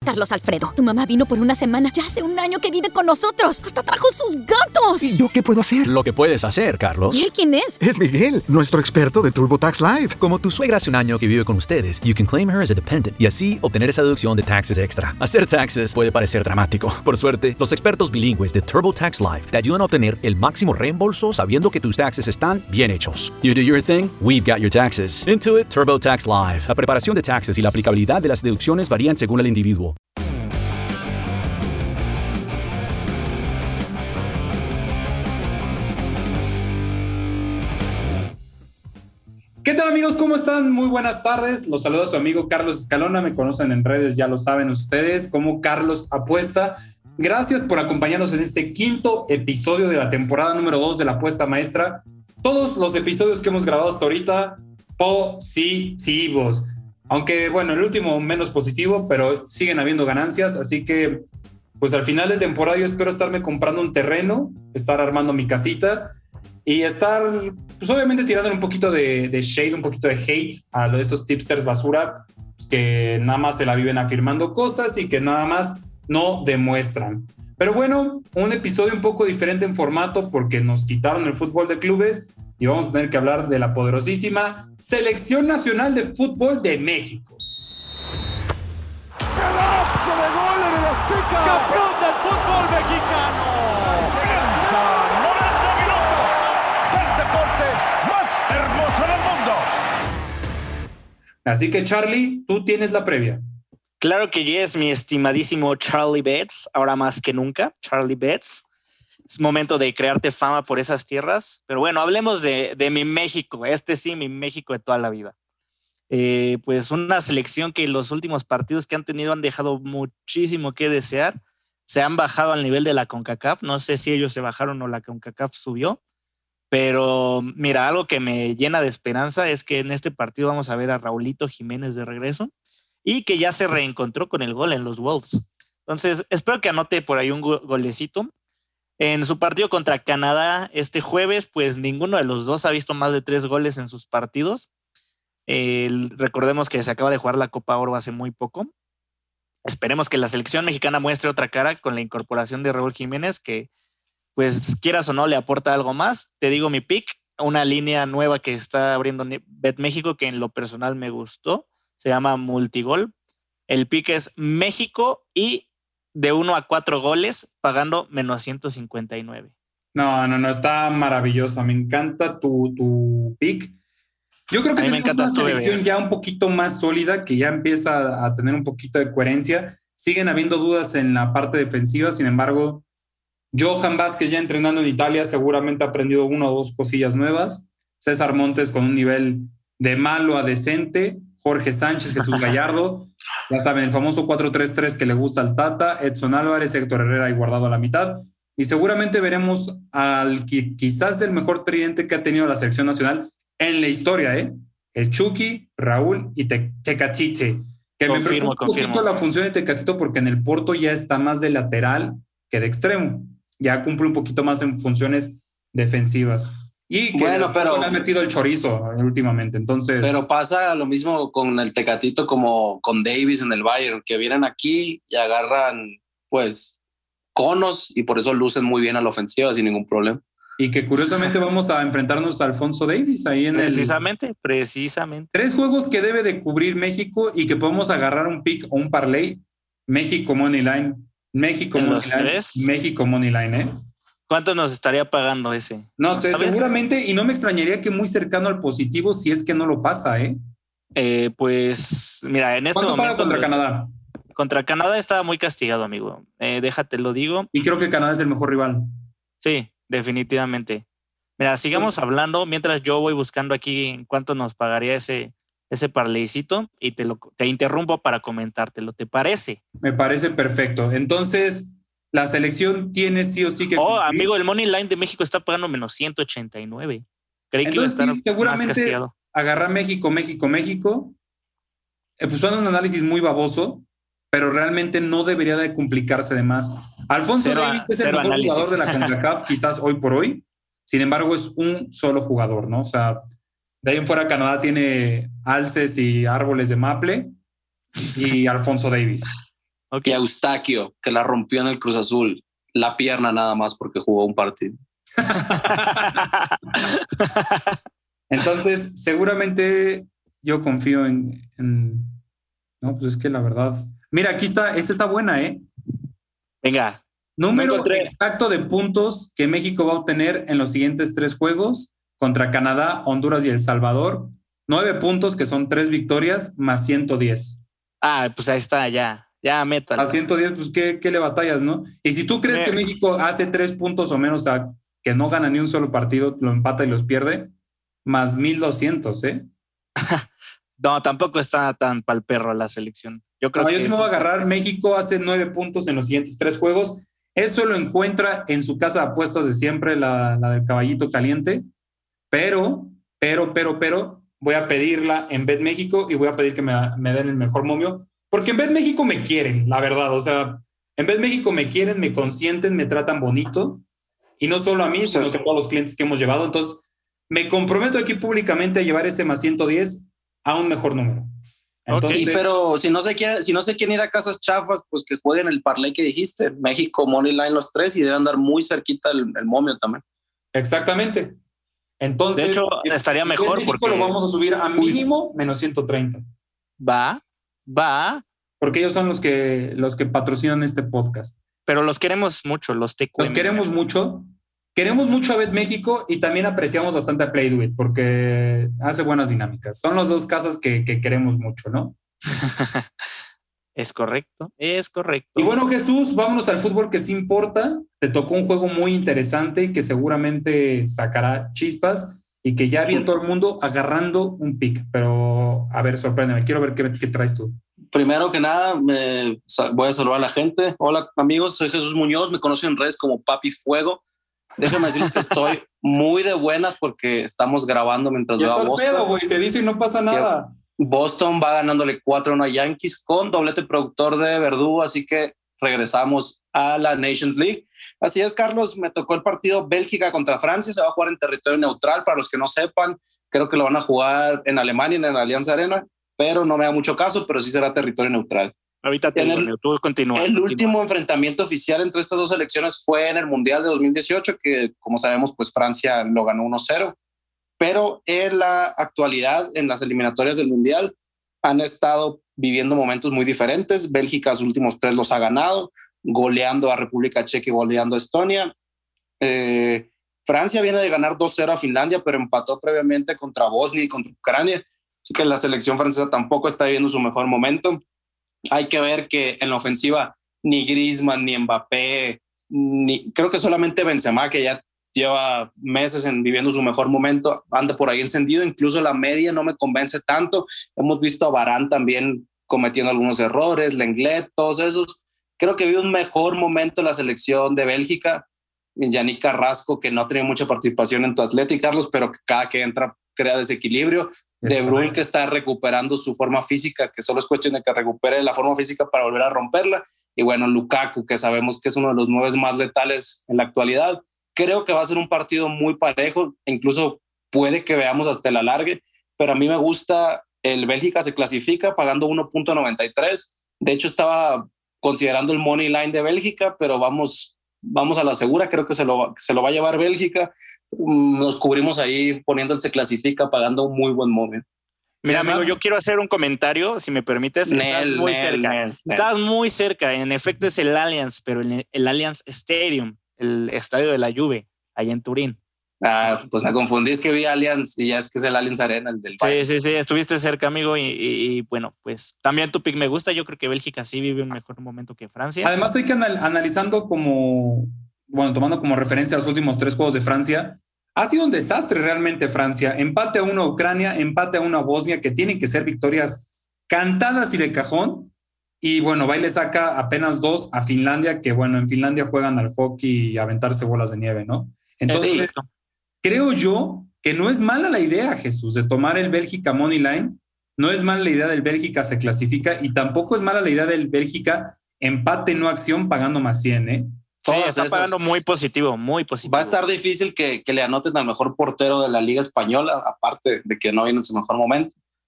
Carlos Alfredo, tu mamá vino por una semana. Ya hace un año que vive con nosotros. Hasta trajo sus gatos. ¿Y yo qué puedo hacer? Lo que puedes hacer, Carlos. ¿Y él quién es? Es Miguel, nuestro experto de TurboTax Live. Como tu suegra hace un año que vive con ustedes, you can claim her as a dependent y así obtener esa deducción de taxes extra. Hacer taxes puede parecer dramático. Por suerte, los expertos bilingües de TurboTax Live te ayudan a obtener el máximo reembolso sabiendo que tus taxes están bien hechos. You do your thing, we've got your taxes. Intuit TurboTax Live. La preparación de taxes y la aplicabilidad de las deducciones varían según el individuo. ¿Qué tal, amigos? ¿Cómo están? Muy buenas tardes. Los saluda su amigo Carlos Escalona. Me conocen en redes, ya lo saben ustedes, como Carlos Apuesta. Gracias por acompañarnos en este quinto episodio de la temporada número 2 de La Apuesta Maestra. Todos los episodios que hemos grabado hasta ahorita, positivos. Aunque, bueno, el último menos positivo, pero siguen habiendo ganancias. Así que, pues al final de temporada yo espero estarme comprando un terreno, estar armando mi casita y estar, pues obviamente tirando un poquito de shade, un poquito de hate a estos tipsters basura, pues, que nada más se la viven afirmando cosas y que nada más no demuestran. Pero bueno, un episodio un poco diferente en formato porque nos quitaron el fútbol de clubes y vamos a tener que hablar de la poderosísima Selección Nacional de Fútbol de México. ¡Pedazo de gol en el Azteca! ¡Campeón del fútbol mexicano! ¡Piensa! 90 minutos del deporte más hermoso del mundo. Así que, Charlie, tú tienes la previa. Claro que yes, mi estimadísimo Charlie Betts, ahora más que nunca, Charlie Betts. Es momento de crearte fama por esas tierras, pero bueno, hablemos de mi México, sí, mi México de toda la vida. Pues una selección que los últimos partidos que han tenido han dejado muchísimo que desear, se han bajado al nivel de la CONCACAF, no sé si ellos se bajaron o la CONCACAF subió, pero mira, algo que me llena de esperanza es que en este partido vamos a ver a Raulito Jiménez de regreso, y que ya se reencontró con el gol en los Wolves. Entonces, espero que anote por ahí un golecito. En su partido contra Canadá este jueves, pues ninguno de los dos ha visto más de 3 goles en sus partidos. Recordemos que se acaba de jugar la Copa Oro hace muy poco. Esperemos que la selección mexicana muestre otra cara con la incorporación de Raúl Jiménez, que pues quieras o no le aporta algo más. Te digo mi pick, una línea nueva que está abriendo BetMéxico que en lo personal me gustó. Se llama Multigol. El pick es México y de 1 a 4 goles pagando menos 159. No, está maravillosa. Me encanta tu pick. Yo creo que tenemos una selección ya un poquito más sólida, que ya empieza a tener un poquito de coherencia. Siguen habiendo dudas en la parte defensiva, sin embargo, Johan Vázquez ya entrenando en Italia seguramente ha aprendido 1 o 2 cosillas nuevas. César Montes con un nivel de malo a decente. Jorge Sánchez, Jesús Gallardo, ya saben, el famoso 4-3-3 que le gusta al Tata, Edson Álvarez, Héctor Herrera y Guardado a la mitad. Y seguramente veremos al quizás el mejor tridente que ha tenido la selección nacional en la historia, el Chucky, Raúl y Tecatito. Que me preocupa un poquito la función de Tecatito porque en el Porto ya está más de lateral que de extremo. Ya cumple un poquito más en funciones defensivas. Y que bueno, pero han metido el chorizo últimamente, entonces... Pero pasa lo mismo con el Tecatito como con Davis en el Bayern, que vienen aquí y agarran, pues, conos y por eso lucen muy bien a la ofensiva sin ningún problema. Y que curiosamente vamos a enfrentarnos a Alfonso Davis ahí en precisamente. 3 juegos que debe de cubrir México y que podemos agarrar un pick o un parlay. México Moneyline, México Moneyline, ¿Cuánto nos estaría pagando ese? No sé, ¿sabes? Seguramente, y no me extrañaría que muy cercano al positivo si es que no lo pasa, pues, mira, en este momento... ¿Cuánto paga contra Canadá? Contra Canadá estaba muy castigado, amigo. Déjate lo digo. Y creo que Canadá es el mejor rival. Sí, definitivamente. Mira, sigamos hablando mientras yo voy buscando aquí en cuánto nos pagaría ese parleycito y te interrumpo para comentártelo. ¿Te parece? Me parece perfecto. Entonces... La selección tiene sí o sí que... amigo, el Money Line de México está pagando menos 189. Creí que iba a estar más castigado. Agarrar México. Pues suena un análisis muy baboso, pero realmente no debería de complicarse de más. Alfonso Davis es el mejor jugador de la CONCACAF, quizás hoy por hoy. Sin embargo, es un solo jugador, ¿no? O sea, de ahí en fuera Canadá tiene alces y árboles de maple y Alfonso Davis. Okay. Y a Eustaquio, que la rompió en el Cruz Azul, la pierna nada más porque jugó un partido. Entonces, seguramente yo confío en... No, pues es que la verdad... Mira, aquí está, esta está buena, ¿eh? Venga. Número exacto de puntos que México va a obtener en los siguientes 3 juegos contra Canadá, Honduras y El Salvador. 9 puntos, que son 3 victorias, más 110. Ah, pues ahí está, ya métalo. A 110, pues ¿qué le batallas, no? Y si tú crees que México hace 3 puntos o menos, que no gana ni un solo partido, lo empata y los pierde, más 1,200, ¿eh? No, tampoco está tan pa'l perro la selección. Yo creo yo sí me voy a agarrar. México hace 9 puntos en los siguientes 3 juegos. Eso lo encuentra en su casa de apuestas de siempre, la del caballito caliente. Pero, voy a pedirla en Bet México y voy a pedir que me den el mejor momio. Porque en Bet México me quieren, la verdad. O sea, en Bet México me quieren, me consienten, me tratan bonito. Y no solo a mí, sino que a todos los clientes que hemos llevado. Entonces, me comprometo aquí públicamente a llevar ese más 110 a un mejor número. Entonces, pero si no se quieren ir a casas chafas, pues que jueguen el parlay que dijiste. México, money line los 3 y deben andar muy cerquita el momio también. Exactamente. Entonces, de hecho, estaría mejor porque lo vamos a subir a mínimo menos 130. Va. Porque ellos son los que patrocinan este podcast. Pero los queremos mucho, los TQM. Los queremos mucho. Queremos mucho a Bet México y también apreciamos bastante a Play Do It porque hace buenas dinámicas. Son las 2 casas que queremos mucho, ¿no? Es correcto. Y bueno, Jesús, vámonos al fútbol que sí importa. Te tocó un juego muy interesante y que seguramente sacará chispas y que ya había todo el mundo agarrando un pick. Pero, a ver, sorpréndeme. Quiero ver qué traes tú. Primero que nada, voy a saludar a la gente. Hola, amigos. Soy Jesús Muñoz. Me conocen en redes como Papi Fuego. Déjenme decirles que estoy muy de buenas porque estamos grabando mientras veo a Boston. Pedo, güey. Se dice y no pasa nada. Boston va ganándole 4-1 a Yankees con doblete productor de Verdugo, así que regresamos a la Nations League. Así es, Carlos, me tocó el partido Bélgica contra Francia. Se va a jugar en territorio neutral. Para los que no sepan, creo que lo van a jugar en Alemania, en la Allianz Arena, pero no me da mucho caso, pero sí será territorio neutral. Ahorita tú continúa. El último enfrentamiento oficial entre estas 2 selecciones fue en el Mundial de 2018, que como sabemos, pues Francia lo ganó 1-0. Pero en la actualidad, en las eliminatorias del Mundial, han estado viviendo momentos muy diferentes. Bélgica sus últimos 3 los ha ganado, goleando a República Checa y goleando a Estonia. Francia viene de ganar 2-0 a Finlandia, pero empató previamente contra Bosnia y contra Ucrania. Así que la selección francesa tampoco está viviendo su mejor momento. Hay que ver que en la ofensiva ni Griezmann, ni Mbappé, creo que solamente Benzema, que ya lleva meses viviendo su mejor momento, anda por ahí encendido. Incluso la media no me convence tanto. Hemos visto a Varane también cometiendo algunos errores, Lenglet, todos esos. Creo que vi un mejor momento en la selección de Bélgica. Yannick Carrasco, que no ha tenido mucha participación en tu Atleti, Carlos, pero que cada que entra crea desequilibrio. De Bruyne, que está recuperando su forma física, que solo es cuestión de que recupere la forma física para volver a romperla. Y bueno, Lukaku, que sabemos que es uno de los 9 más letales en la actualidad. Creo que va a ser un partido muy parejo, incluso puede que veamos hasta el alargue, pero a mí me gusta el Bélgica se clasifica pagando 1.93. De hecho, estaba considerando el money line de Bélgica, pero vamos a la segura. Creo que se lo va a llevar Bélgica. Nos cubrimos ahí poniendo el se clasifica pagando un muy buen momio. Mira, amigo, yo quiero hacer un comentario, si me permites. Estás muy cerca. Estás muy cerca. En efecto, es el Allianz, pero el Allianz Stadium, el estadio de la Juve, allá en Turín. Pues me confundí, es que vi Allianz y ya es que es el Allianz Arena, el del Bayern. Sí, estuviste cerca, amigo, y bueno, pues también tu pick me gusta. Yo creo que Bélgica sí vive un mejor momento que Francia. Además, hay que analizando tomando como referencia los últimos 3 juegos de Francia, ha sido un desastre realmente Francia. Empate a 1 a Ucrania, empate a 1 a Bosnia, que tienen que ser victorias cantadas y de cajón. Y bueno, va y le saca apenas 2 a Finlandia, que bueno, en Finlandia juegan al hockey y a aventarse bolas de nieve, ¿no? Entonces, creo yo que no es mala la idea, Jesús, de tomar el Bélgica Money Line. No es mala la idea del Bélgica se clasifica y tampoco es mala la idea del Bélgica empate no acción pagando más 100, ¿eh? Sí, está pagando muy positivo, muy positivo. Va a estar difícil que le anoten al mejor portero de la Liga Española, aparte de que no viene en su mejor momento.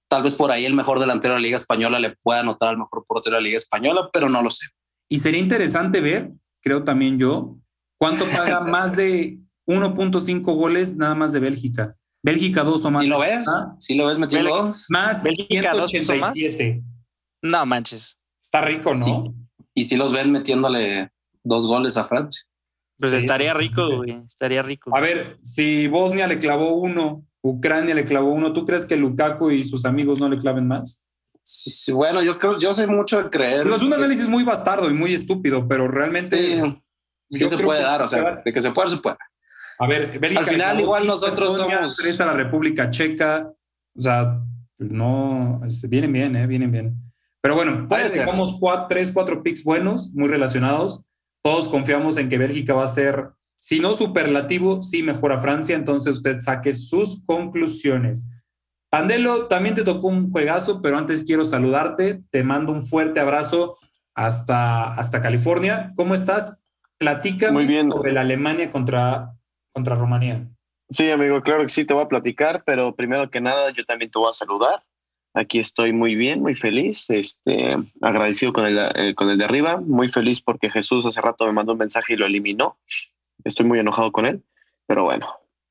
Tal vez por ahí el mejor delantero de la Liga Española le pueda anotar al mejor portero de la Liga Española, pero no lo sé. Y sería interesante ver, creo también yo, cuánto paga más de 1.5 goles nada más de Bélgica. Bélgica 2 o más. ¿Sí lo ves? ¿Sí lo ves metiendo 2? Más Bélgica 187. No manches. Está rico, ¿no? Sí. Y si los ven metiéndole 2 goles a Francia. Pues Sí, estaría rico, güey. Estaría rico. A ver, si Bosnia le clavó 1, Ucrania le clavó 1, ¿tú crees que Lukaku y sus amigos no le claven más? Sí, bueno, yo soy mucho de creer. Pero es un análisis muy bastardo y muy estúpido, pero realmente... Sí se puede dar, o sea, de que se puede, se puede. A ver, Bélgica, al final igual nosotros somos... 3 a la República Checa, o sea, no, vienen bien, vienen bien. Pero bueno, dejamos 4 picks buenos, muy relacionados. Todos confiamos en que Bélgica va a ser, si no superlativo, sí mejor a Francia, entonces usted saque sus conclusiones. Pandelo, también te tocó un juegazo, pero antes quiero saludarte, te mando un fuerte abrazo hasta California. ¿Cómo estás? Platícame sobre la Alemania contra Rumanía. Sí, amigo, claro que sí, te voy a platicar, pero primero que nada yo también te voy a saludar. Aquí estoy muy bien, muy feliz, agradecido con el de arriba, muy feliz porque Jesús hace rato me mandó un mensaje y lo eliminó. Estoy muy enojado con él, pero bueno.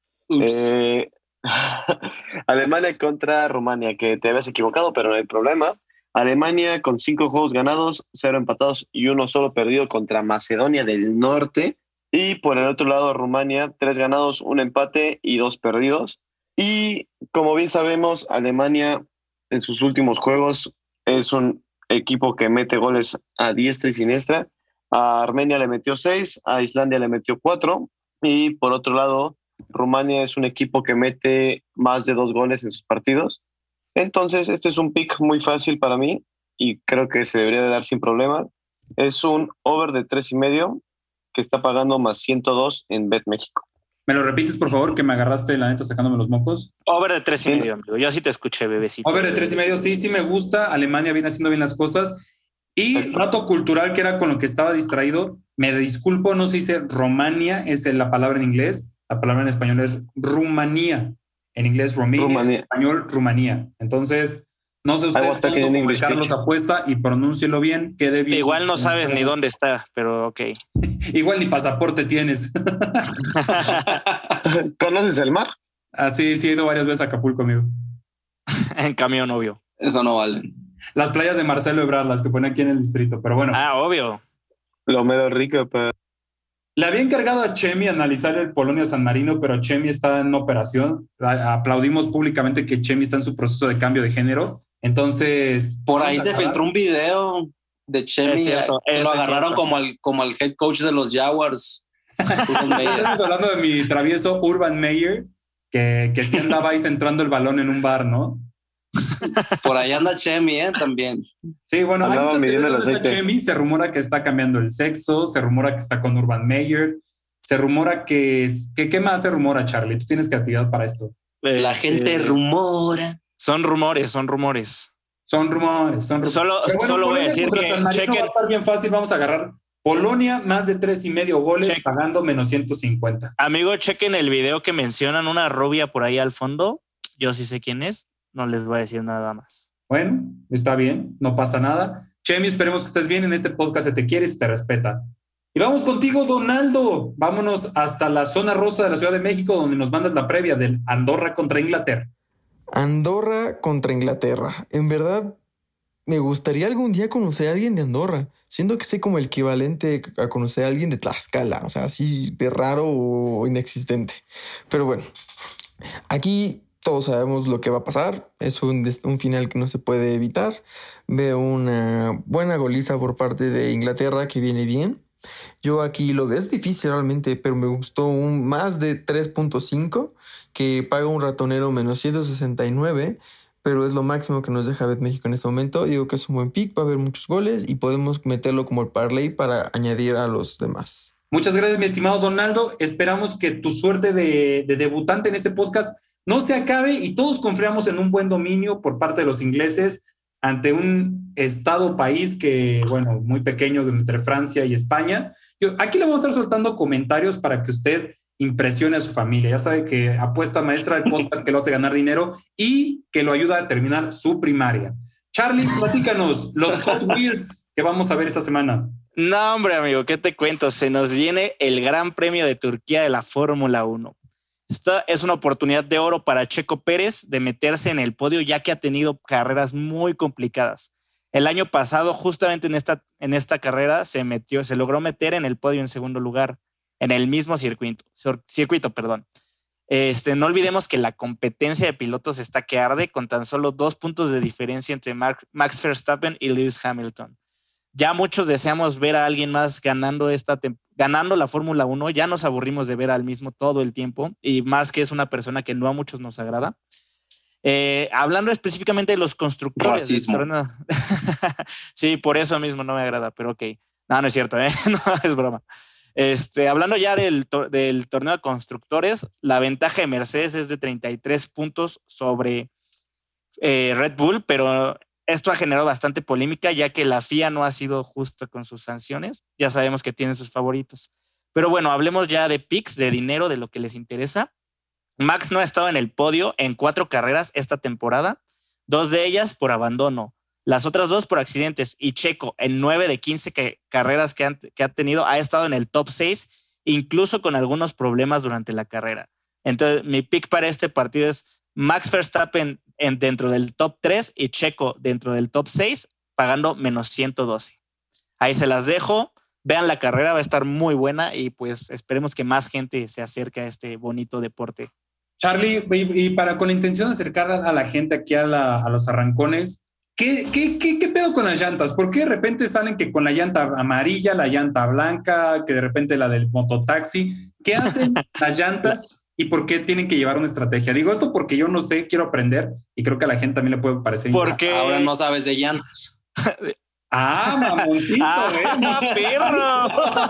Alemania contra Rumania, que te habías equivocado, pero no hay problema. Alemania con 5 juegos ganados, 0 empatados y 1 solo perdido contra Macedonia del Norte. Y por el otro lado, Rumania, 3 ganados, 1 empate y 2 perdidos. Y como bien sabemos, Alemania en sus últimos juegos es un equipo que mete goles a diestra y siniestra. A Armenia le metió 6, a Islandia le metió 4. Y por otro lado, Rumania es un equipo que mete más de 2 goles en sus partidos. Entonces, este es un pick muy fácil para mí y creo que se debería de dar sin problema. Es un over de 3.5 que está pagando más 102 en Bet México. ¿Me lo repites, por favor, que me agarraste la neta sacándome los mocos? Over de 3.5, amigo. Yo sí te escuché, bebecito. Over de 3.5, sí me gusta. Alemania viene haciendo bien las cosas. Y Exacto. Dato cultural, que era con lo que estaba distraído, me disculpo, no se dice Romania, es la palabra en inglés. La palabra en español es Rumanía. En inglés, Romania. En español, Rumanía. Entonces, no sé usted cómo Carlos apuesta y pronúncielo bien, quede bien. Igual no sabes ni dónde está, pero ok. Igual ni pasaporte tienes. ¿Conoces el mar? Sí, he ido varias veces a Acapulco, amigo. En camión, obvio. Eso no vale. Las playas de Marcelo Ebrard, las que pone aquí en el distrito, pero bueno. Obvio. Lo mero rico, pero... Le había encargado a Chemi analizar el Polonia San Marino, pero Chemi está en operación. Aplaudimos públicamente que Chemi está en su proceso de cambio de género. Entonces... Por ahí se filtró un video de Chemi. Lo agarraron como al head coach de los Jaguars. Estamos hablando de mi travieso Urban Meyer, que sí andaba ahí centrando el balón en un bar, ¿no? Por ahí anda Chemi, también. Sí, bueno, hay muchas teorías de Chemi. Se rumora que está cambiando el sexo, se rumora que está con Urban Meyer, se rumora que ¿qué más se rumora, Charlie? Tú tienes creatividad para esto. La gente rumora. Son rumores. Solo voy a decir que chequen. Va a estar bien fácil, vamos a agarrar Polonia, más de 3.5 goles, pagando menos 150. Amigo, chequen el video que mencionan una rubia por ahí al fondo. Yo sí sé quién es. No les voy a decir nada más. Bueno, está bien, no pasa nada. Chemi, esperemos que estés bien. En este podcast se te quiere y se te respeta. Y vamos contigo, Donaldo. Vámonos hasta la zona rosa de la Ciudad de México, donde nos mandas la previa del Andorra contra Inglaterra. Andorra contra Inglaterra. En verdad, me gustaría algún día conocer a alguien de Andorra, siendo que sé como el equivalente a conocer a alguien de Tlaxcala, o sea, así de raro o inexistente. Pero bueno, aquí todos sabemos lo que va a pasar. Es un final que no se puede evitar. Veo una buena goliza por parte de Inglaterra que viene bien. Yo aquí lo veo, es difícil realmente, pero me gustó un más de 3.5 que paga un ratonero menos 169, pero es lo máximo que nos deja Bet México en este momento. Digo que es un buen pick, va a haber muchos goles y podemos meterlo como el parlay para añadir a los demás. Muchas gracias, mi estimado Donaldo. Esperamos que tu suerte de debutante en este podcast no se acabe y todos confiamos en un buen dominio por parte de los ingleses ante un país que, muy pequeño entre Francia y España. Aquí le vamos a estar soltando comentarios para que usted impresione a su familia. Ya sabe que apuesta maestra del podcast que lo hace ganar dinero y que lo ayuda a terminar su primaria. Charlie, platícanos los Hot Wheels que vamos a ver esta semana. No, hombre, amigo, ¿qué te cuento? Se nos viene el Gran Premio de Turquía de la Fórmula 1. Esta es una oportunidad de oro para Checo Pérez de meterse en el podio, ya que ha tenido carreras muy complicadas. El año pasado, justamente en esta carrera, se logró meter en el podio en segundo lugar, en el mismo circuito. No olvidemos que la competencia de pilotos está que arde, con tan solo 2 puntos de diferencia entre Max Verstappen y Lewis Hamilton. Ya muchos deseamos ver a alguien más ganando la Fórmula 1. Ya nos aburrimos de ver al mismo todo el tiempo, y más que es una persona que no a muchos nos agrada. Hablando específicamente de los constructores. Racismo. Sí, por eso mismo no me agrada, pero ok. No es cierto, no, es broma. Hablando ya del torneo de constructores, la ventaja de Mercedes es de 33 puntos sobre Red Bull, pero esto ha generado bastante polémica, ya que la FIA no ha sido justa con sus sanciones. Ya sabemos que tienen sus favoritos. Pero bueno, hablemos ya de picks, de dinero, de lo que les interesa. Max no ha estado en el podio en 4 carreras esta temporada, 2 de ellas por abandono, las otras 2 por accidentes, y Checo en 9 de 15 carreras que ha tenido ha estado en el top 6, incluso con algunos problemas durante la carrera. Entonces mi pick para este partido es Max Verstappen dentro del top 3 y Checo dentro del top 6, pagando menos 112. Ahí se las dejo. Vean la carrera, va a estar muy buena, y pues esperemos que más gente se acerque a este bonito deporte. Charlie, y con la intención de acercar a la gente aquí a los arrancones, ¿qué pedo con las llantas? ¿Por qué de repente salen que con la llanta amarilla, la llanta blanca, que de repente la del mototaxi? ¿Qué hacen las llantas y por qué tienen que llevar una estrategia? Digo esto porque yo no sé, quiero aprender, y creo que a la gente también le puede parecer. Porque ahora no sabes de llantas. Mamoncito, perro.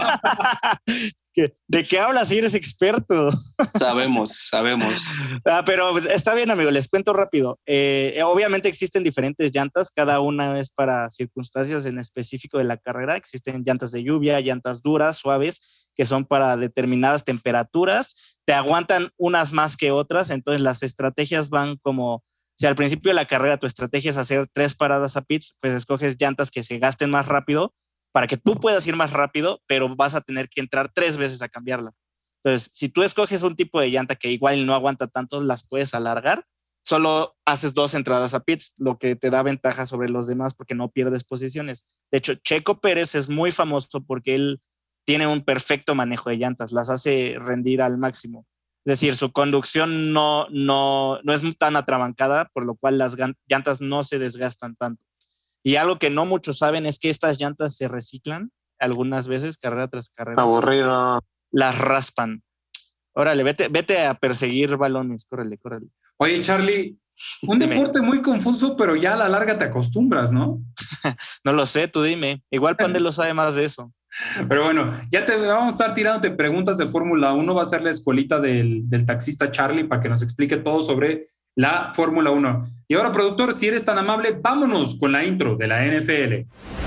¿De qué hablas si eres experto? Sabemos. Pero está bien, amigo, les cuento rápido. Obviamente existen diferentes llantas, cada una es para circunstancias en específico de la carrera. Existen llantas de lluvia, llantas duras, suaves, que son para determinadas temperaturas. Te aguantan unas más que otras, entonces las estrategias van como... Si al principio de la carrera tu estrategia es hacer 3 paradas a pits, pues escoges llantas que se gasten más rápido para que tú puedas ir más rápido, pero vas a tener que entrar 3 veces a cambiarla. Entonces, si tú escoges un tipo de llanta que igual no aguanta tanto, las puedes alargar, solo haces 2 entradas a pits, lo que te da ventaja sobre los demás porque no pierdes posiciones. De hecho, Checo Pérez es muy famoso porque él tiene un perfecto manejo de llantas, las hace rendir al máximo. Es decir, su conducción no es tan atrabancada, por lo cual las llantas no se desgastan tanto. Y algo que no muchos saben es que estas llantas se reciclan algunas veces, carrera tras carrera. Aburrido. Las raspan. Órale, vete a perseguir balones, córrele. Oye, Charlie, un deporte muy confuso, pero ya a la larga te acostumbras, ¿no? No lo sé, tú dime. Igual Pandelo sabe más de eso. Pero bueno, ya vamos a estar tirándote preguntas de Fórmula 1. Va a ser la escuelita del taxista Charlie para que nos explique todo sobre la Fórmula 1. Y ahora, productor, si eres tan amable, vámonos con la intro de la NFL.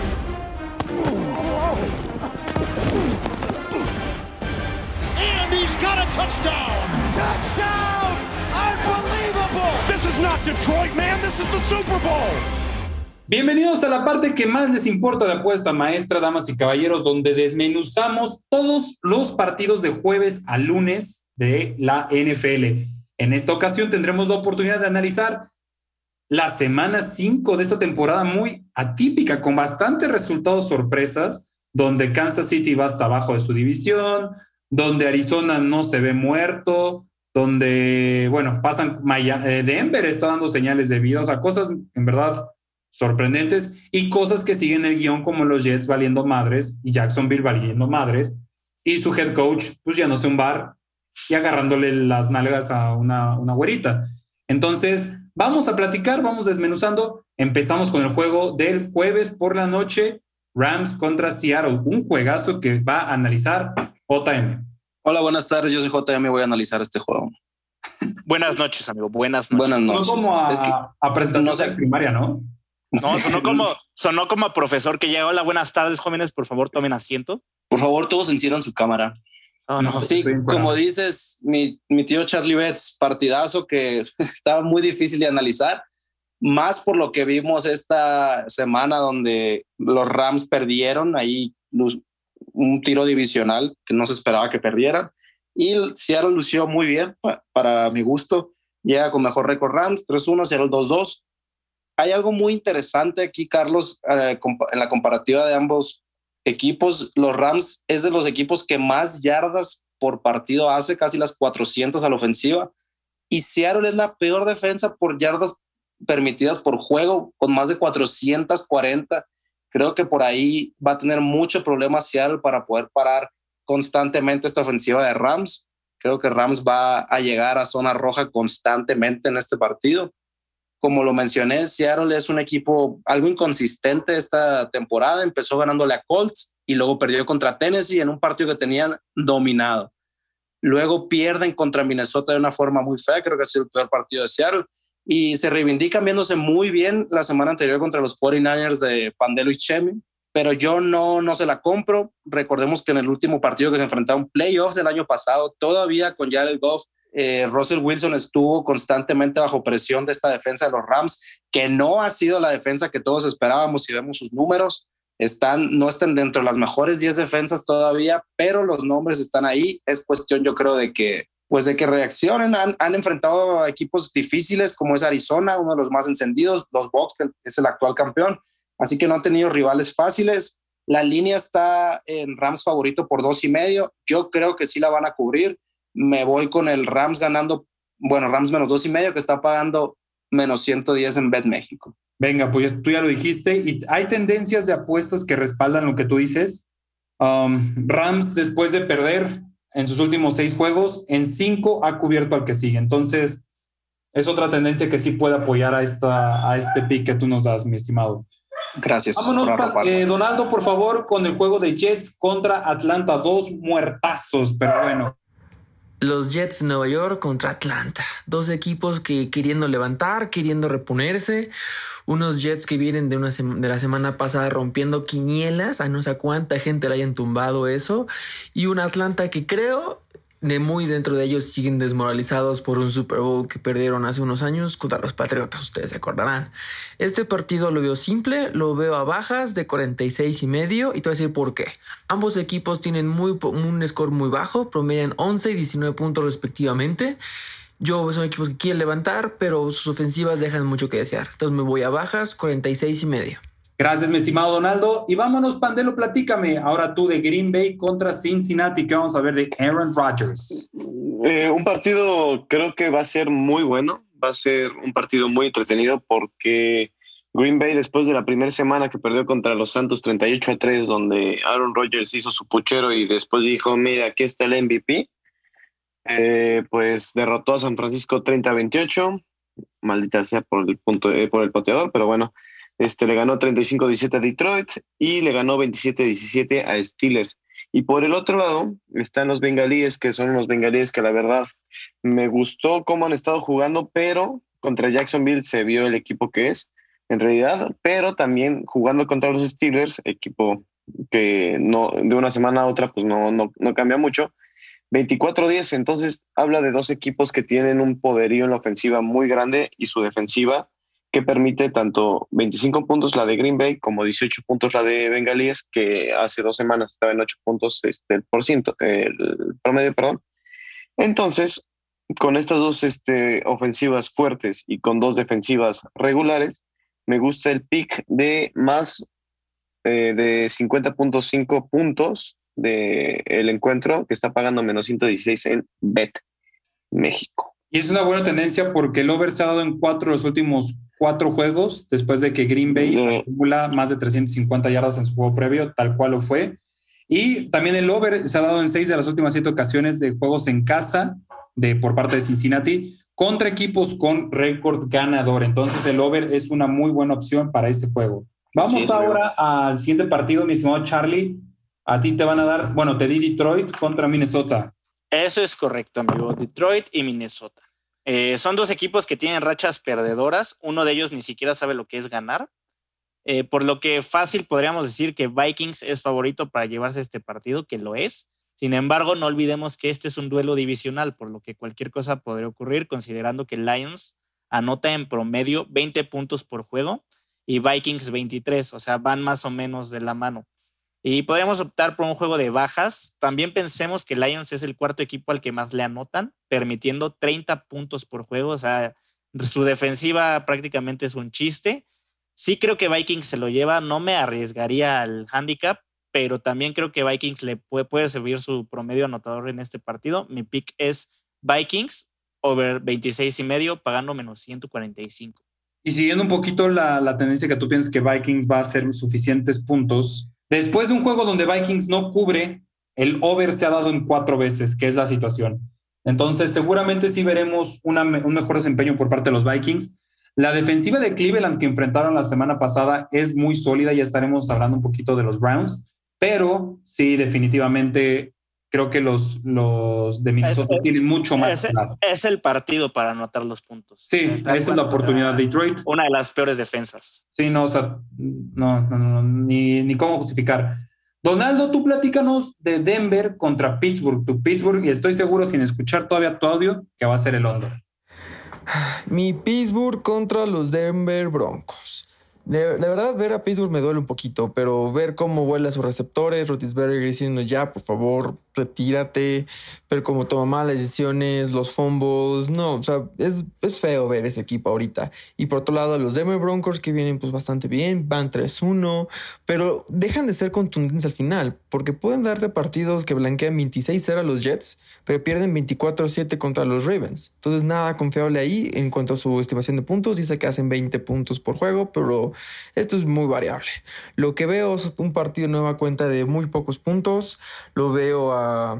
He's got a touchdown! Touchdown! Unbelievable! This is not Detroit, man. This is the Super Bowl. Bienvenidos a la parte que más les importa de apuesta maestra, damas y caballeros, donde desmenuzamos todos los partidos de jueves a lunes de la NFL. En esta ocasión tendremos la oportunidad de analizar la semana 5 de esta temporada muy atípica, con bastantes resultados sorpresas, donde Kansas City va hasta abajo de su división, donde Arizona no se ve muerto, donde, Denver está dando señales de vida, o sea, cosas en verdad sorprendentes, y cosas que siguen el guión, como los Jets valiendo madres y Jacksonville valiendo madres, y su head coach pues ya no sé un bar y agarrándole las nalgas a una güerita. Entonces vamos a platicar, vamos desmenuzando. Empezamos con el juego del jueves por la noche, Rams contra Seattle, un juegazo que va a analizar JM. Hola, buenas tardes, yo soy JM, voy a analizar este juego. Buenas noches, amigo, buenas noches. No como a presentación de primaria, ¿no? No, sonó como a profesor que llega. Hola, buenas tardes, jóvenes, por favor, tomen asiento. Por favor, todos encierran su cámara. No, sí, como dices, mi tío Charlie Betts, partidazo que estaba muy difícil de analizar, más por lo que vimos esta semana donde los Rams perdieron ahí un tiro divisional que no se esperaba que perdieran, y Seattle lució muy bien para mi gusto, llega con mejor récord Rams, 3-1, Seattle 2-2. Hay algo muy interesante aquí, Carlos, en la comparativa de ambos equipos. Los Rams es de los equipos que más yardas por partido hace, casi las 400 a la ofensiva, y Seattle es la peor defensa por yardas permitidas por juego, con más de 440. Creo que por ahí va a tener mucho problema Seattle para poder parar constantemente esta ofensiva de Rams. Creo que Rams va a llegar a zona roja constantemente en este partido. Como lo mencioné, Seattle es un equipo algo inconsistente esta temporada. Empezó ganándole a Colts y luego perdió contra Tennessee en un partido que tenían dominado. Luego pierden contra Minnesota de una forma muy fea. Creo que ha sido el peor partido de Seattle. Y se reivindican viéndose muy bien la semana anterior contra los 49ers de Pandelo y Chemi. Pero yo no se la compro. Recordemos que en el último partido que se enfrentaron playoffs el año pasado, todavía con Jared Goff, Russell Wilson estuvo constantemente bajo presión de esta defensa de los Rams, que no ha sido la defensa que todos esperábamos. Si vemos sus números, no están dentro de las mejores 10 defensas todavía, pero los nombres están ahí. Es cuestión, yo creo, de que reaccionen. Han enfrentado a equipos difíciles como es Arizona, uno de los más encendidos, los Bucs, que es el actual campeón, así que no han tenido rivales fáciles. La línea está en Rams favorito por 2.5. Yo creo que sí la van a cubrir. Me voy con el Rams ganando, Rams menos 2.5, que está pagando menos 110 en Bet México. Venga, pues tú ya lo dijiste, y hay tendencias de apuestas que respaldan lo que tú dices. Rams, después de perder en sus últimos 6 juegos, en 5 ha cubierto al que sigue. Entonces, es otra tendencia que sí puede apoyar a este pick que tú nos das, mi estimado. Gracias. Vámonos, Donaldo, por favor, con el juego de Jets contra Atlanta. 2 muertazos, pero bueno. Los Jets de Nueva York contra Atlanta. 2 equipos que queriendo levantar, queriendo reponerse. Unos Jets que vienen de la semana pasada rompiendo quinielas. A no sé cuánta gente le hayan tumbado eso. Y un Atlanta que creo, de muy dentro de ellos, siguen desmoralizados por un Super Bowl que perdieron hace unos años contra los Patriotas. Ustedes se acordarán. Este partido lo veo simple, lo veo a bajas de 46.5, y te voy a decir por qué. Ambos equipos tienen un score muy bajo, promedian 11 y 19 puntos respectivamente. Son equipos que quieren levantar, pero sus ofensivas dejan mucho que desear. Entonces me voy a bajas, 46.5. Gracias, mi estimado Donaldo. Y vámonos, Pandelo, platícame. Ahora tú de Green Bay contra Cincinnati. ¿Qué vamos a ver de Aaron Rodgers? Un partido creo que va a ser muy bueno. Va a ser un partido muy entretenido porque Green Bay, después de la primera semana que perdió contra los Santos 38-3, donde Aaron Rodgers hizo su puchero y después dijo, mira, aquí está el MVP, pues derrotó a San Francisco 30-28. Maldita sea por el pateador, pero bueno. Le ganó 35-17 a Detroit y le ganó 27-17 a Steelers. Y por el otro lado están los bengalíes, que son unos bengalíes que la verdad me gustó cómo han estado jugando, pero contra Jacksonville se vio el equipo que es en realidad, pero también jugando contra los Steelers, equipo que no, de una semana a otra pues no cambia mucho. 24-10, entonces habla de 2 equipos que tienen un poderío en la ofensiva muy grande y su defensiva que permite tanto 25 puntos la de Green Bay como 18 puntos la de Bengalíes, que hace 2 semanas estaba en 8 puntos el promedio, perdón. Entonces, con estas 2 ofensivas fuertes y con 2 defensivas regulares, me gusta el pick de más de 50.5 puntos del encuentro, que está pagando menos 116 en Bet México. Y es una buena tendencia porque el over se ha dado en 4 de los últimos 4 juegos, después de que Green Bay acumula más de 350 yardas en su juego previo, tal cual lo fue. Y también el over se ha dado en 6 de las últimas 7 ocasiones de juegos en casa por parte de Cincinnati contra equipos con récord ganador. Entonces el over es una muy buena opción para este juego. Vamos ahora al siguiente partido, mi estimado Charlie. A ti te van a dar, te di Detroit contra Minnesota. Eso es correcto, amigo. Detroit y Minnesota. Son 2 equipos que tienen rachas perdedoras. Uno de ellos ni siquiera sabe lo que es ganar. Por lo que fácil podríamos decir que Vikings es favorito para llevarse este partido, que lo es. Sin embargo, no olvidemos que este es un duelo divisional, por lo que cualquier cosa podría ocurrir, considerando que Lions anota en promedio 20 puntos por juego y Vikings 23, o sea, van más o menos de la mano. Y podríamos optar por un juego de bajas. También pensemos que Lions es el cuarto equipo al que más le anotan, permitiendo 30 puntos por juego, o sea, su defensiva prácticamente es un chiste. Sí creo que Vikings se lo lleva, no me arriesgaría al handicap, pero también creo que Vikings le puede servir su promedio anotador en este partido. Mi pick es Vikings over 26.5, pagando menos 145. Y siguiendo un poquito la tendencia que tú piensas que Vikings va a hacer suficientes puntos, después de un juego donde Vikings no cubre, el over se ha dado en 4 veces, que es la situación. Entonces, seguramente sí veremos un mejor desempeño por parte de los Vikings. La defensiva de Cleveland que enfrentaron la semana pasada es muy sólida, ya estaremos hablando un poquito de los Browns, pero sí, definitivamente creo que los de Minnesota tienen mucho más claro. Es el partido para anotar los puntos. Sí, esta es la oportunidad de Detroit. Una de las peores defensas. Sí, no, o sea, no, ni cómo justificar. Donaldo, tú platícanos de Denver contra Pittsburgh. Tu Pittsburgh, y estoy seguro, sin escuchar todavía tu audio, que va a ser el under. Mi Pittsburgh contra los Denver Broncos. La verdad, ver a Pittsburgh me duele un poquito, pero ver cómo vuela sus receptores, Roethlisberger diciendo ya, por favor, retírate, ver cómo toma malas decisiones, los fumbles, no, o sea, es feo ver ese equipo ahorita. Y por otro lado, los Denver Broncos que vienen pues bastante bien, van 3-1, pero dejan de ser contundentes al final, porque pueden darte partidos que blanquean 26-0 a los Jets, pero pierden 24-7 contra los Ravens. Entonces nada confiable ahí en cuanto a su estimación de puntos, dice que hacen 20 puntos por juego, pero esto es muy variable. Lo que veo es un partido de nueva cuenta de muy pocos puntos. Lo veo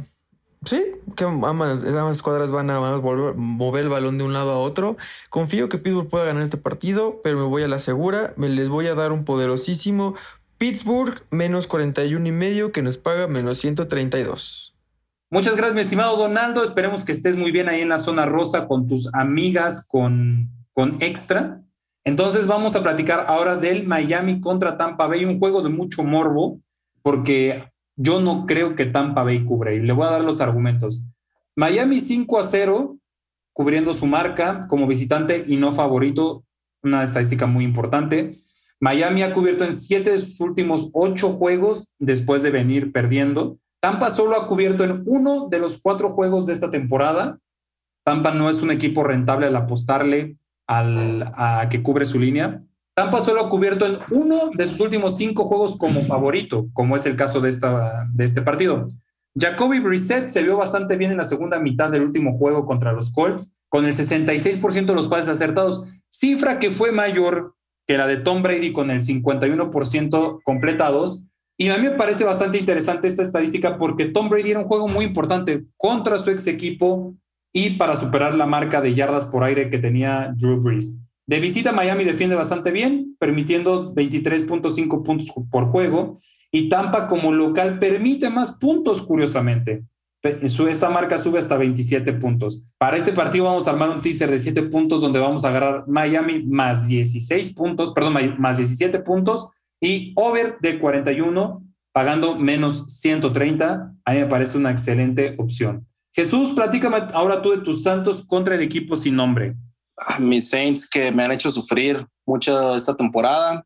sí, que ambas escuadras van a mover el balón de un lado a otro. Confío que Pittsburgh pueda ganar este partido, pero me voy a la segura. Les voy a dar un poderosísimo Pittsburgh menos 41.5 que nos paga menos 132. Muchas gracias, mi estimado Donaldo. Esperemos que estés muy bien ahí en la zona rosa con tus amigas con extra. Entonces vamos a platicar ahora del Miami contra Tampa Bay, un juego de mucho morbo, porque yo no creo que Tampa Bay cubre, y le voy a dar los argumentos. Miami 5-0, cubriendo su marca como visitante y no favorito, una estadística muy importante. Miami ha cubierto en 7 de sus últimos 8 juegos después de venir perdiendo. Tampa solo ha cubierto en 1 de los 4 juegos de esta temporada. Tampa no es un equipo rentable al apostarle a que cubre su línea. Tampa solo ha cubierto en 1 de sus últimos 5 juegos como favorito, como es el caso de este partido. Jacoby Brissett se vio bastante bien en la segunda mitad del último juego contra los Colts, con el 66% de los pases acertados, cifra que fue mayor que la de Tom Brady con el 51% completados. Y a mí me parece bastante interesante esta estadística porque Tom Brady era un juego muy importante contra su ex equipo y para superar la marca de yardas por aire que tenía Drew Brees. De visita, Miami defiende bastante bien, permitiendo 23.5 puntos por juego, y Tampa como local permite más puntos, curiosamente. Esta marca sube hasta 27 puntos. Para este partido vamos a armar un teaser de 7 puntos donde vamos a agarrar Miami más 16 puntos, más 17 puntos y over de 41, pagando menos 130. A mí me parece una excelente opción. Jesús, platícame ahora tú de tus Santos contra el equipo sin nombre. Mis Saints que me han hecho sufrir mucho esta temporada,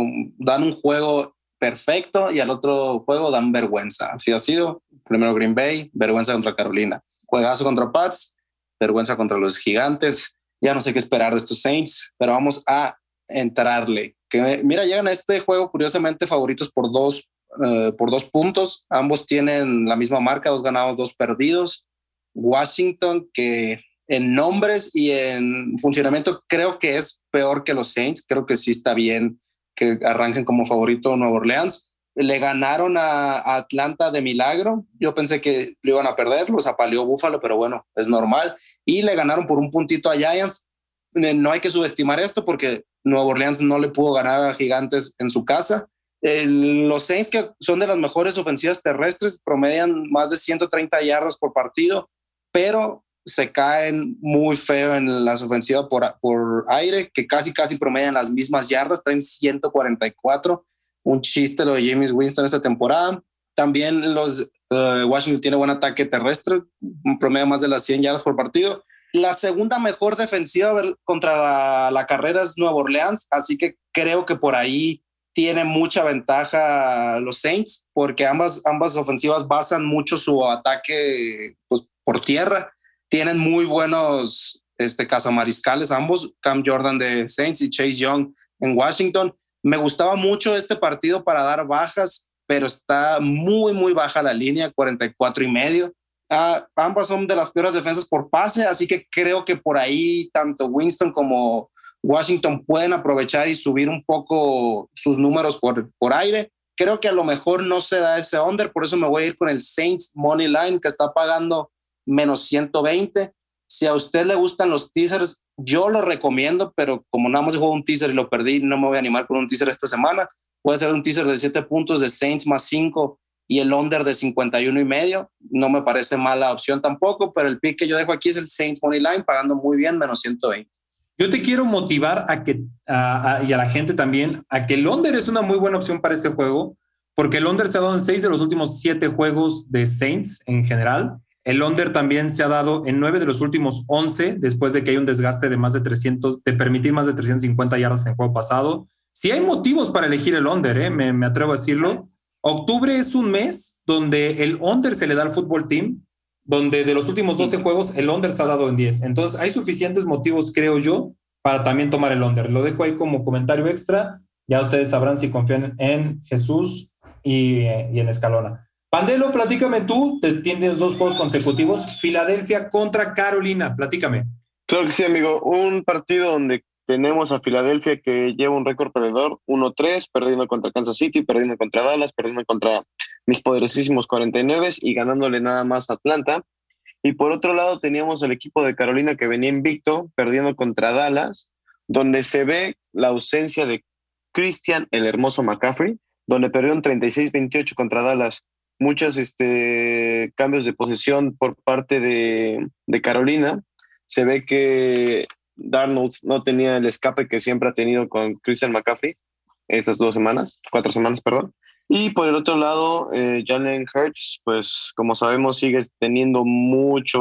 dan un juego perfecto y al otro juego dan vergüenza. Así ha sido. Primero Green Bay, vergüenza contra Carolina. Juegazo contra Pats, vergüenza contra los Gigantes. Ya no sé qué esperar de estos Saints, pero vamos a entrarle. Mira, llegan a este juego curiosamente favoritos por 2 puntos. Ambos tienen la misma marca, 2 ganados, 2 perdidos. Washington, que en nombres y en funcionamiento creo que es peor que los Saints. Creo que sí está bien que arranquen como favorito Nueva Orleans. Le ganaron a Atlanta de milagro. Yo pensé que lo iban a perder, los apaleó Buffalo, pero bueno, es normal. Y le ganaron por un puntito a Giants. No hay que subestimar esto porque Nueva Orleans no le pudo ganar a Gigantes en su casa. Los Saints, que son de las mejores ofensivas terrestres, promedian más de 130 yardas por partido, pero se caen muy feo en las ofensivas por aire, que casi promedian las mismas yardas, traen 144. Un chiste lo de Jameis Winston esta temporada. También los Washington tiene buen ataque terrestre, un promedio más de las 100 yardas por partido. La segunda mejor defensiva contra la carrera es Nueva Orleans, así que creo que por ahí tiene mucha ventaja los Saints, porque ambas ofensivas basan mucho su ataque pues, por tierra. Tienen muy buenos cazamariscales ambos, Cam Jordan de Saints y Chase Young en Washington. Me gustaba mucho este partido para dar bajas, pero está muy, muy baja la línea, 44.5. Ambas son de las peores defensas por pase, así que creo que por ahí tanto Winston como Washington pueden aprovechar y subir un poco sus números por aire. Creo que a lo mejor no se da ese under, por eso me voy a ir con el Saints Money Line, que está pagando menos 120. Si a usted le gustan los teasers, yo lo recomiendo, pero como nada más he jugado un teaser y lo perdí, no me voy a animar con un teaser esta semana. Puede ser un teaser de 7 puntos de Saints más 5 y el under de 51.5. No me parece mala opción tampoco, pero el pick que yo dejo aquí es el Saints Money Line, pagando muy bien, menos 120. Yo te quiero motivar y a la gente también a que el under es una muy buena opción para este juego, porque el under se ha dado en 6 de los últimos 7 juegos de Saints en general. El under también se ha dado en 9 de los últimos 11, después de que hay un desgaste de permitir más de 350 yardas en el juego pasado. Sí hay motivos para elegir el under, me atrevo a decirlo. Octubre es un mes donde el under se le da al fútbol team, donde de los últimos 12 juegos el under se ha dado en 10. Entonces hay suficientes motivos, creo yo, para también tomar el under. Lo dejo ahí como comentario extra. Ya ustedes sabrán si confían en Jesús y en Escalona. Pandelo, platícame tú. Tienes 2 juegos consecutivos. Filadelfia contra Carolina. Platícame. Claro que sí, amigo. Un partido donde tenemos a Filadelfia que lleva un récord perdedor, 1-3, perdiendo contra Kansas City, perdiendo contra Dallas, perdiendo contra mis poderosísimos 49 y ganándole nada más a Atlanta. Y por otro lado teníamos el equipo de Carolina que venía invicto, perdiendo contra Dallas, donde se ve la ausencia de Christian el hermoso McCaffrey, donde perdieron 36-28 contra Dallas. Muchos cambios de posesión por parte de Carolina. Se ve que Darnold no tenía el escape que siempre ha tenido con Christian McCaffrey estas 4 semanas, perdón. Y por el otro lado, Jalen Hurts, pues como sabemos, sigue teniendo mucha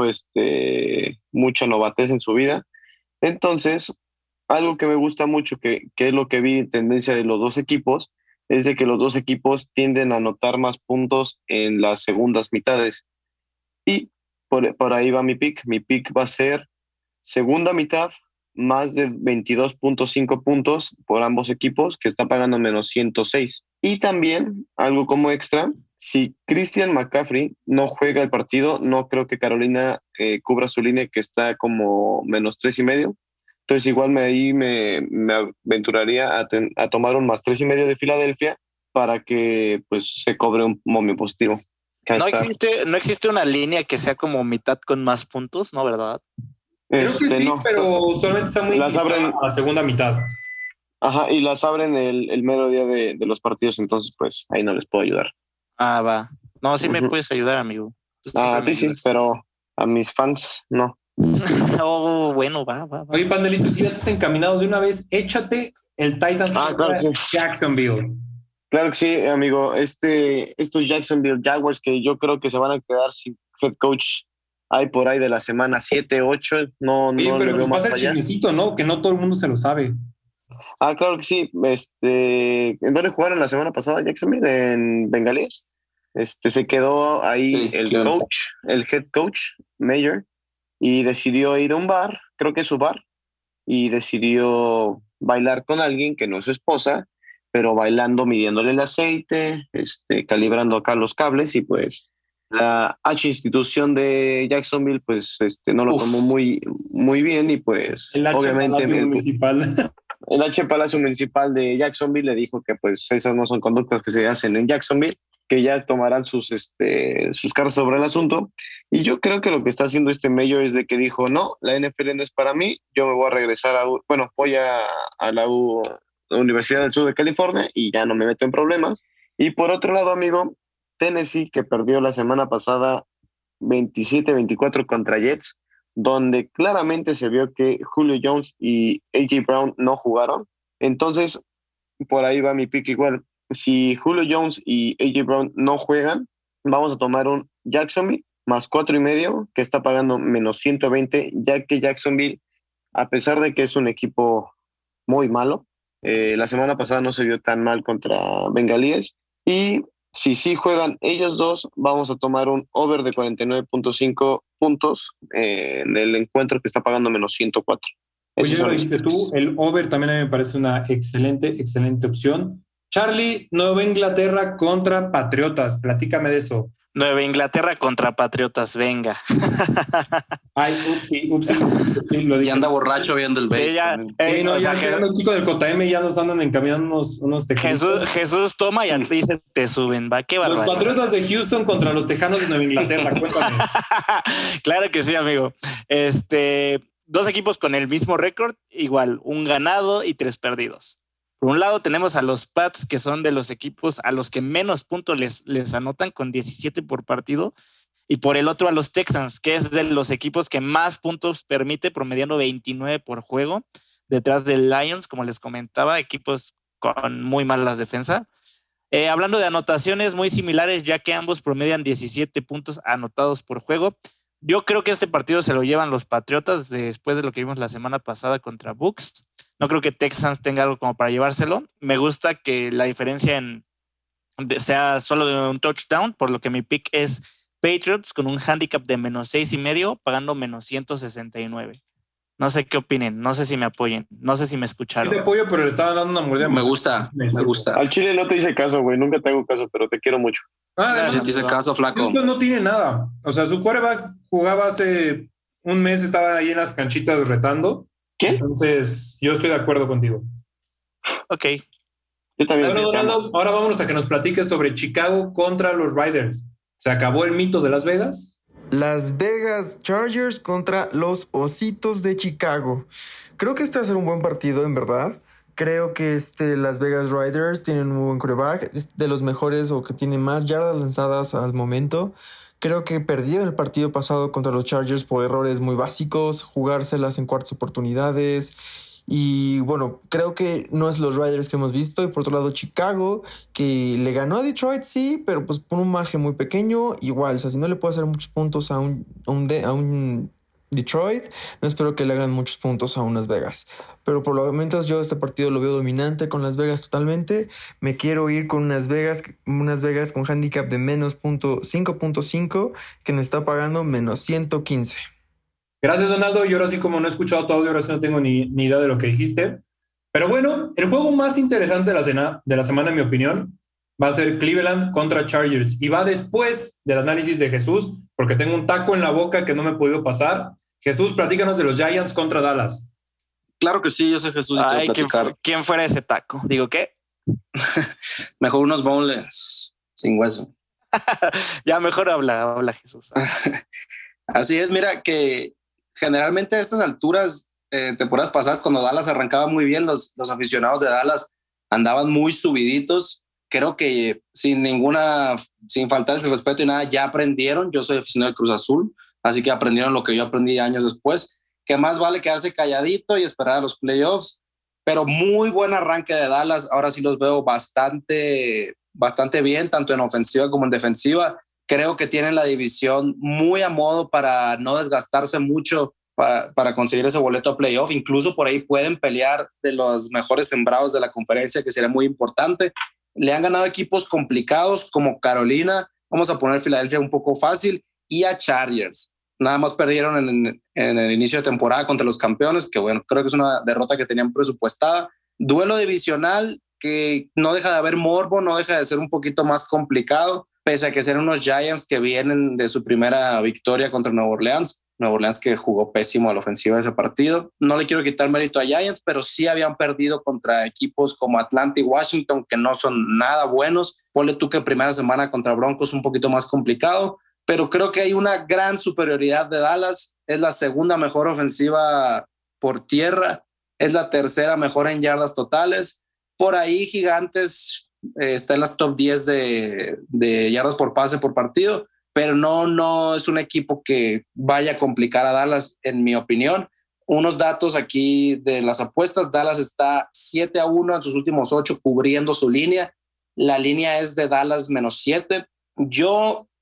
novatez en su vida. Entonces, algo que me gusta mucho, que es lo que vi en tendencia de los dos equipos, es de que los dos equipos tienden a anotar más puntos en las segundas mitades. Y por ahí va mi pick. Mi pick va a ser segunda mitad, más de 22.5 puntos por ambos equipos, que está pagando menos 106. Y también, algo como extra, si Christian McCaffrey no juega el partido, no creo que Carolina cubra su línea, que está como menos 3.5. Entonces igual me aventuraría a tomar un más 3.5 de Filadelfia para que pues se cobre un momio positivo. No existe una línea que sea como mitad con más puntos, ¿no? ¿Verdad? Creo que sí, no, pero usualmente está muy abren a la segunda mitad. Ajá, y las abren el mero día de los partidos, entonces pues ahí no les puedo ayudar. Ah, va. No, sí me puedes ayudar, amigo. A ti sí, pero a mis fans no. Oh, bueno, va. Oye, Pandelito, si ya estás encaminado de una vez, échate el Titans claro que sí. Jacksonville. Claro que sí, amigo. Estos Jacksonville Jaguars que yo creo que se van a quedar sin head coach hay por ahí de la semana 7, 8. No, sí, no pero le veo más pasa el chismecito, ¿no? Que no todo el mundo se lo sabe. Claro que sí. ¿En dónde jugaron la semana pasada Jacksonville? En Bengalíes. Se quedó ahí el head coach, Mayer, y decidió ir a un bar, creo que es su bar, y decidió bailar con alguien que no es su esposa, pero bailando, midiéndole el aceite, calibrando acá los cables, y pues la H institución de Jacksonville pues no lo tomó muy, muy bien, y pues el obviamente Palacio Municipal. El H Palacio Municipal de Jacksonville le dijo que pues esas no son conductas que se hacen en Jacksonville, que ya tomarán sus cartas sobre el asunto. Y yo creo que lo que está haciendo Mayor es de que dijo, no, la NFL no es para mí, yo me voy a regresar voy a la Universidad del Sur de California y ya no me meto en problemas. Y por otro lado, amigo, Tennessee, que perdió la semana pasada 27-24 contra Jets, donde claramente se vio que Julio Jones y A.J. Brown no jugaron. Entonces, por ahí va mi pick igual. Si Julio Jones y A.J. Brown no juegan, vamos a tomar un Jacksonville más 4.5, que está pagando menos 120, ya que Jacksonville, a pesar de que es un equipo muy malo, la semana pasada no se vio tan mal contra Bengalíes, y si sí juegan ellos dos, vamos a tomar un over de 49.5 puntos en el encuentro que está pagando menos 104. Oye, ya lo dijiste tú, el over también a mí me parece una excelente opción. Charlie, Nueva Inglaterra contra Patriotas, platícame de eso. Nueva Inglaterra contra Patriotas, venga. Ay, upsi. Ya anda borracho viendo el base. Sí, ya. El chico del JM ya nos andan encaminando unos tejanos. Jesús toma y a ti se te suben, va, qué barbaridad. Los Patriotas de Houston contra los Tejanos de Nueva Inglaterra, cuéntame. Claro que sí, amigo. Dos equipos con el mismo récord, igual, 1 ganado y 3 perdidos. Por un lado tenemos a los Pats, que son de los equipos a los que menos puntos les anotan, con 17 por partido, y por el otro a los Texans, que es de los equipos que más puntos permite, promediando 29 por juego, detrás del Lions, como les comentaba, equipos con muy malas defensas. Hablando de anotaciones muy similares, ya que ambos promedian 17 puntos anotados por juego. Yo creo que este partido se lo llevan los Patriotas después de lo que vimos la semana pasada contra Bucs. No creo que Texans tenga algo como para llevárselo. Me gusta que la diferencia sea solo de un touchdown, por lo que mi pick es Patriots con un handicap de menos 6.5, pagando menos 169. No sé qué opinen, no sé si me apoyen, no sé si me escucharon. Yo te apoyo, pero le estaba dando una mordida. Me gusta. Al Chile no te hice caso, güey, nunca te hago caso, pero te quiero mucho. Si te hice caso, flaco. Houston no tiene nada. O sea, su quarterback jugaba hace un mes, estaba ahí en las canchitas retando. ¿Qué? Entonces, yo estoy de acuerdo contigo. Ok. Yo también. Ahora vámonos a que nos platiques sobre Chicago contra los Riders. ¿Se acabó el mito de Las Vegas? Las Vegas Chargers contra los Ositos de Chicago. Creo que este va a ser un buen partido, en verdad. Creo que Las Vegas Riders tienen un buen quarterback, es de los mejores o que tiene más yardas lanzadas al momento. Creo que perdieron el partido pasado contra los Chargers por errores muy básicos, jugárselas en cuartas oportunidades. Y bueno, creo que no es los Riders que hemos visto. Y por otro lado, Chicago, que le ganó a Detroit, sí, pero pues por un margen muy pequeño. Igual, o sea, si no le puede hacer muchos puntos a un Detroit, no espero que le hagan muchos puntos a unas Vegas. Pero por lo menos yo este partido lo veo dominante con Las Vegas totalmente. Me quiero ir con unas Vegas con handicap de menos 5.5, que nos está pagando menos 115. Gracias, Donaldo. Yo ahora sí, como no he escuchado tu audio, ahora sí no tengo ni idea de lo que dijiste. Pero bueno, el juego más interesante de la semana, en mi opinión, va a ser Cleveland contra Chargers. Y va después del análisis de Jesús, porque tengo un taco en la boca que no me he podido pasar. Jesús, platícanos de los Giants contra Dallas. Claro que sí, yo soy Jesús. Ay, ¿quién fuera ese taco? Digo, ¿qué? Mejor unos boneless sin hueso. Ya, mejor habla Jesús. Así es, mira que generalmente a estas alturas, temporadas pasadas, cuando Dallas arrancaba muy bien, los aficionados de Dallas andaban muy subiditos. Creo que sin faltar ese respeto y nada, ya aprendieron. Yo soy aficionado del Cruz Azul, así que aprendieron lo que yo aprendí años después, que más vale quedarse calladito y esperar a los playoffs. Pero muy buen arranque de Dallas. Ahora sí los veo bastante bien, tanto en ofensiva como en defensiva. Creo que tienen la división muy a modo para no desgastarse mucho para conseguir ese boleto a playoff. Incluso por ahí pueden pelear de los mejores sembrados de la conferencia, que sería muy importante. Le han ganado equipos complicados como Carolina, vamos a poner Filadelfia un poco fácil, y a Chargers. Nada más perdieron en el inicio de temporada contra los campeones, que bueno, creo que es una derrota que tenían presupuestada. Duelo divisional que no deja de haber morbo, no deja de ser un poquito más complicado, pese a que sean unos Giants que vienen de su primera victoria contra Nueva Orleans. Nueva Orleans que jugó pésimo a la ofensiva de ese partido. No le quiero quitar mérito a Giants, pero sí habían perdido contra equipos como Atlanta y Washington, que no son nada buenos. Ponle tú que primera semana contra Broncos un poquito más complicado, pero creo que hay una gran superioridad de Dallas. Es la segunda mejor ofensiva por tierra, es la tercera mejor en yardas totales. Por ahí Gigantes está en las top 10 de yardas por pase por partido, pero no es un equipo que vaya a complicar a Dallas, en mi opinión. Unos datos aquí de las apuestas: Dallas está 7-1 en sus últimos 8 cubriendo su línea. La línea es de Dallas -7. Yo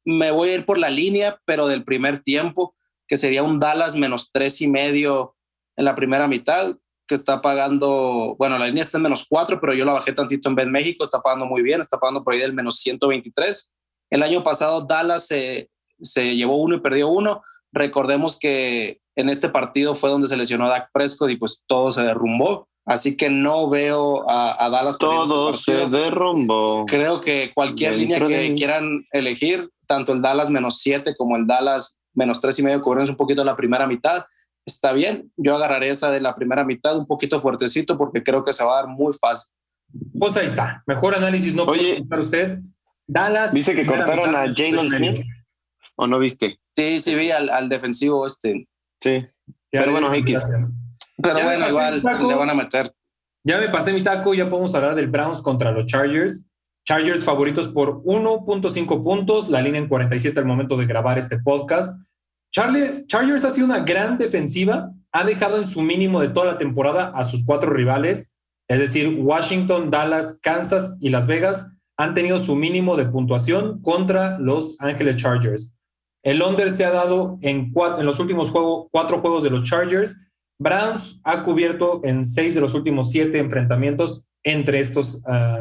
me voy a ir por la línea, pero del primer tiempo, que sería un Dallas menos 3.5 en la primera mitad, que está pagando, bueno, la línea está en menos 4, pero yo la bajé tantito en BetMéxico, está pagando muy bien, está pagando por ahí del menos 123. El año pasado Dallas se llevó 1 y perdió 1. Recordemos que en este partido fue donde se lesionó Dak Prescott y pues todo se derrumbó. Así que no veo a Dallas. Todo se derrumbó. Creo que cualquier línea que quieran elegir, tanto el Dallas menos 7 como el Dallas menos 3.5, cubriendo un poquito la primera mitad, está bien. Yo agarraré esa de la primera mitad un poquito fuertecito porque creo que se va a dar muy fácil. Pues ahí está. Mejor análisis no puede contar usted. Dallas. ¿Viste que cortaron a Jalen Smith? ¿O no viste? Sí, vi al defensivo Sí. Pero bueno, X. Pero ya bueno, igual le van a meter. Ya me pasé mi taco, ya podemos hablar del Browns contra los Chargers. Chargers favoritos por 1.5 puntos, la línea en 47 al momento de grabar este podcast. Chargers ha sido una gran defensiva, ha dejado en su mínimo de toda la temporada a sus 4 rivales, es decir, Washington, Dallas, Kansas y Las Vegas han tenido su mínimo de puntuación contra Los Ángeles Chargers. El under se ha dado en los últimos 4 juegos de los Chargers. Browns ha cubierto en 6 de los últimos 7 enfrentamientos entre estos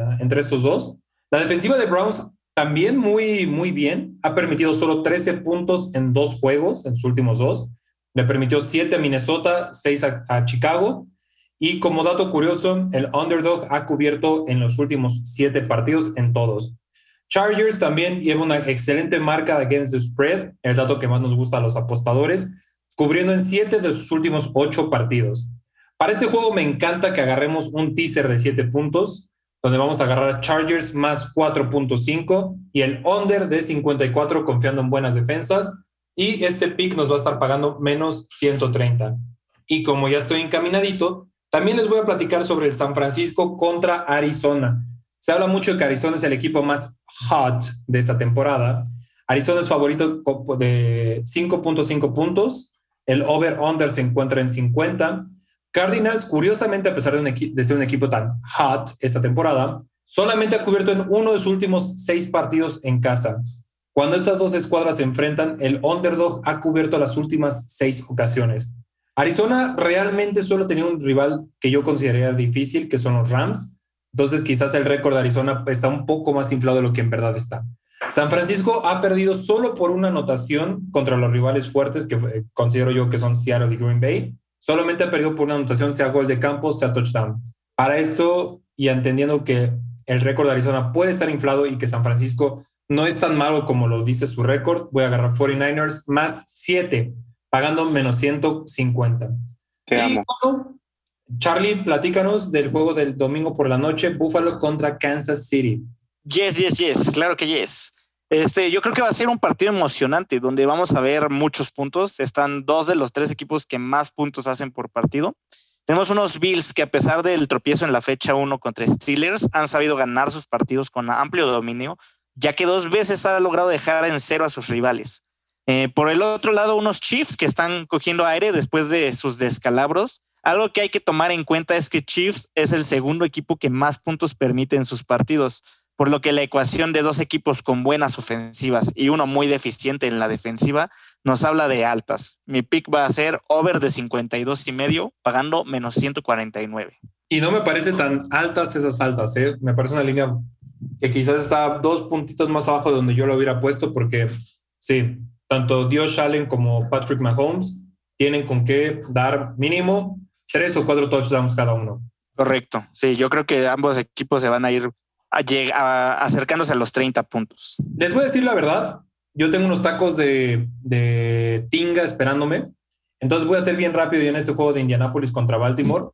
dos. La defensiva de Browns también muy, muy bien. Ha permitido solo 13 puntos en 2 juegos, en sus últimos 2. Le permitió 7 a Minnesota, 6 a Chicago. Y como dato curioso, el underdog ha cubierto en los últimos 7 partidos en todos. Chargers también lleva una excelente marca against the spread, el dato que más nos gusta a los apostadores, cubriendo en 7 de sus últimos 8 partidos. Para este juego me encanta que agarremos un teaser de 7 puntos, donde vamos a agarrar Chargers más 4.5 y el under de 54 confiando en buenas defensas. Y este pick nos va a estar pagando menos 130. Y como ya estoy encaminadito, también les voy a platicar sobre el San Francisco contra Arizona. Se habla mucho de que Arizona es el equipo más hot de esta temporada. Arizona es favorito de 5.5 puntos. El over-under se encuentra en 50. Cardinals, curiosamente, a pesar de ser un equipo tan hot esta temporada, solamente ha cubierto en uno de sus últimos 6 partidos en casa. Cuando estas dos escuadras se enfrentan, el underdog ha cubierto las últimas 6 ocasiones. Arizona realmente solo tenía un rival que yo consideraría difícil, que son los Rams. Entonces quizás el récord de Arizona está un poco más inflado de lo que en verdad está. San Francisco ha perdido solo por una anotación contra los rivales fuertes, que considero yo que son Seattle y Green Bay. Solamente ha perdido por una anotación, sea gol de campo, sea touchdown. Para esto, y entendiendo que el récord de Arizona puede estar inflado y que San Francisco no es tan malo como lo dice su récord, voy a agarrar 49ers más 7, pagando menos 150. Te amo. Bueno, Charlie, platícanos del juego del domingo por la noche, Buffalo contra Kansas City. Yes, claro que yes. Yo creo que va a ser un partido emocionante donde vamos a ver muchos puntos. Están 2 de los 3 equipos que más puntos hacen por partido. Tenemos unos Bills que a pesar del tropiezo en la fecha 1 contra Steelers han sabido ganar sus partidos con amplio dominio, ya que 2 veces ha logrado dejar en 0 a sus rivales. Por el otro lado, unos Chiefs que están cogiendo aire después de sus descalabros. Algo que hay que tomar en cuenta es que Chiefs es el segundo equipo que más puntos permite en sus partidos, por lo que la ecuación de 2 equipos con buenas ofensivas y uno muy deficiente en la defensiva nos habla de altas. Mi pick va a ser over de 52.5, pagando menos 149. Y no me parece tan altas esas altas, ¿eh? Me parece una línea que quizás está 2 puntitos más abajo de donde yo lo hubiera puesto, porque sí, tanto Josh Allen como Patrick Mahomes tienen con qué dar mínimo 3 o 4 touchdowns cada uno. Correcto, sí, yo creo que ambos equipos se van a ir acercándose a los 30 puntos. Les voy a decir la verdad, yo tengo unos tacos de tinga esperándome, entonces voy a ser bien rápido en este juego de Indianapolis contra Baltimore.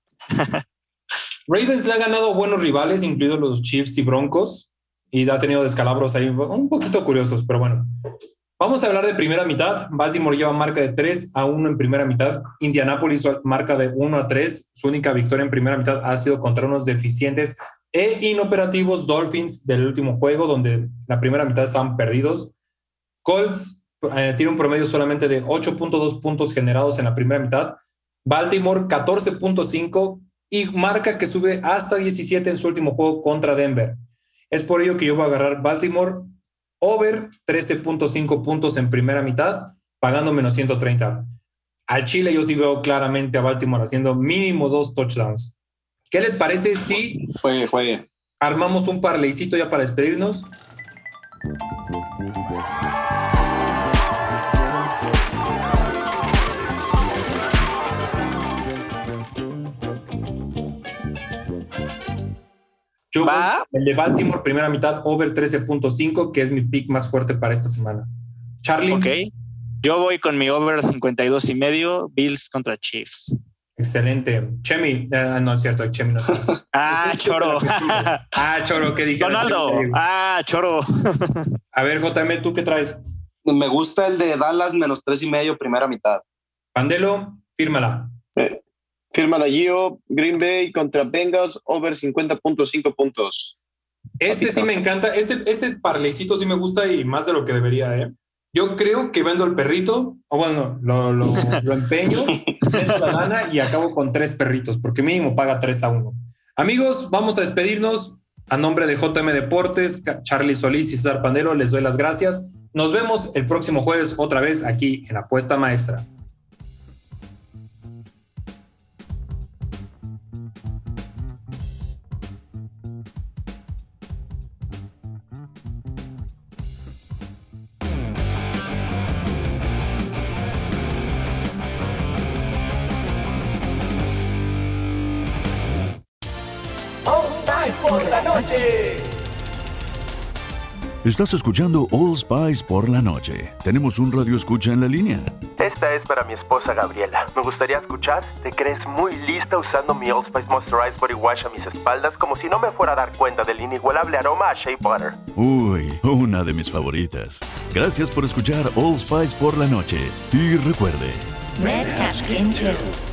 Ravens le ha ganado buenos rivales, incluidos los Chiefs y Broncos, y ha tenido descalabros ahí un poquito curiosos, pero bueno. Vamos a hablar de primera mitad. Baltimore lleva marca de 3-1 en primera mitad. Indianapolis marca de 1-3. Su única victoria en primera mitad ha sido contra unos deficientes e inoperativos Dolphins del último juego, donde la primera mitad estaban perdidos. Colts tiene un promedio solamente de 8.2 puntos generados en la primera mitad. Baltimore 14.5 y marca que sube hasta 17 en su último juego contra Denver. Es por ello que yo voy a agarrar Baltimore over 13.5 puntos en primera mitad, pagando menos 130. Al Chile yo sí veo claramente a Baltimore haciendo mínimo 2 touchdowns. ¿Qué les parece si juegue. Armamos un parlaycito ya para despedirnos? Yo voy el de Baltimore, primera mitad, over 13.5, que es mi pick más fuerte para esta semana. Charlie. Ok. Yo voy con mi over 52.5, Bills contra Chiefs. Excelente. Chemi. No es cierto, Chemi no. Choro. Choro, ¿qué dije? Ronaldo. Choro. A ver, JM, ¿tú qué traes? Me gusta el de Dallas, menos 3.5, primera mitad. Pandelo, fírmala. Fírmala, Gio. Green Bay contra Bengals, over 50.5 puntos. Este sí me encanta. Este parlaycito sí me gusta y más de lo que debería, ¿eh? Yo creo que vendo el perrito, o bueno, lo empeño, vendo la lana y acabo con 3 perritos, porque mínimo paga 3-1. Amigos, vamos a despedirnos. A nombre de JM Deportes, Charlie Solís y César Pandelo, les doy las gracias. Nos vemos el próximo jueves otra vez aquí en Apuesta Maestra. Por la noche. Estás escuchando All Spice por la noche. Tenemos un radio escucha en la línea. Esta es para mi esposa Gabriela. Me gustaría escuchar. ¿Te crees muy lista usando mi All Spice Moisturized Body Wash a mis espaldas como si no me fuera a dar cuenta del inigualable aroma a Shea Butter? Uy, una de mis favoritas. Gracias por escuchar All Spice por la noche. Y recuerde, Red Cash Game 2.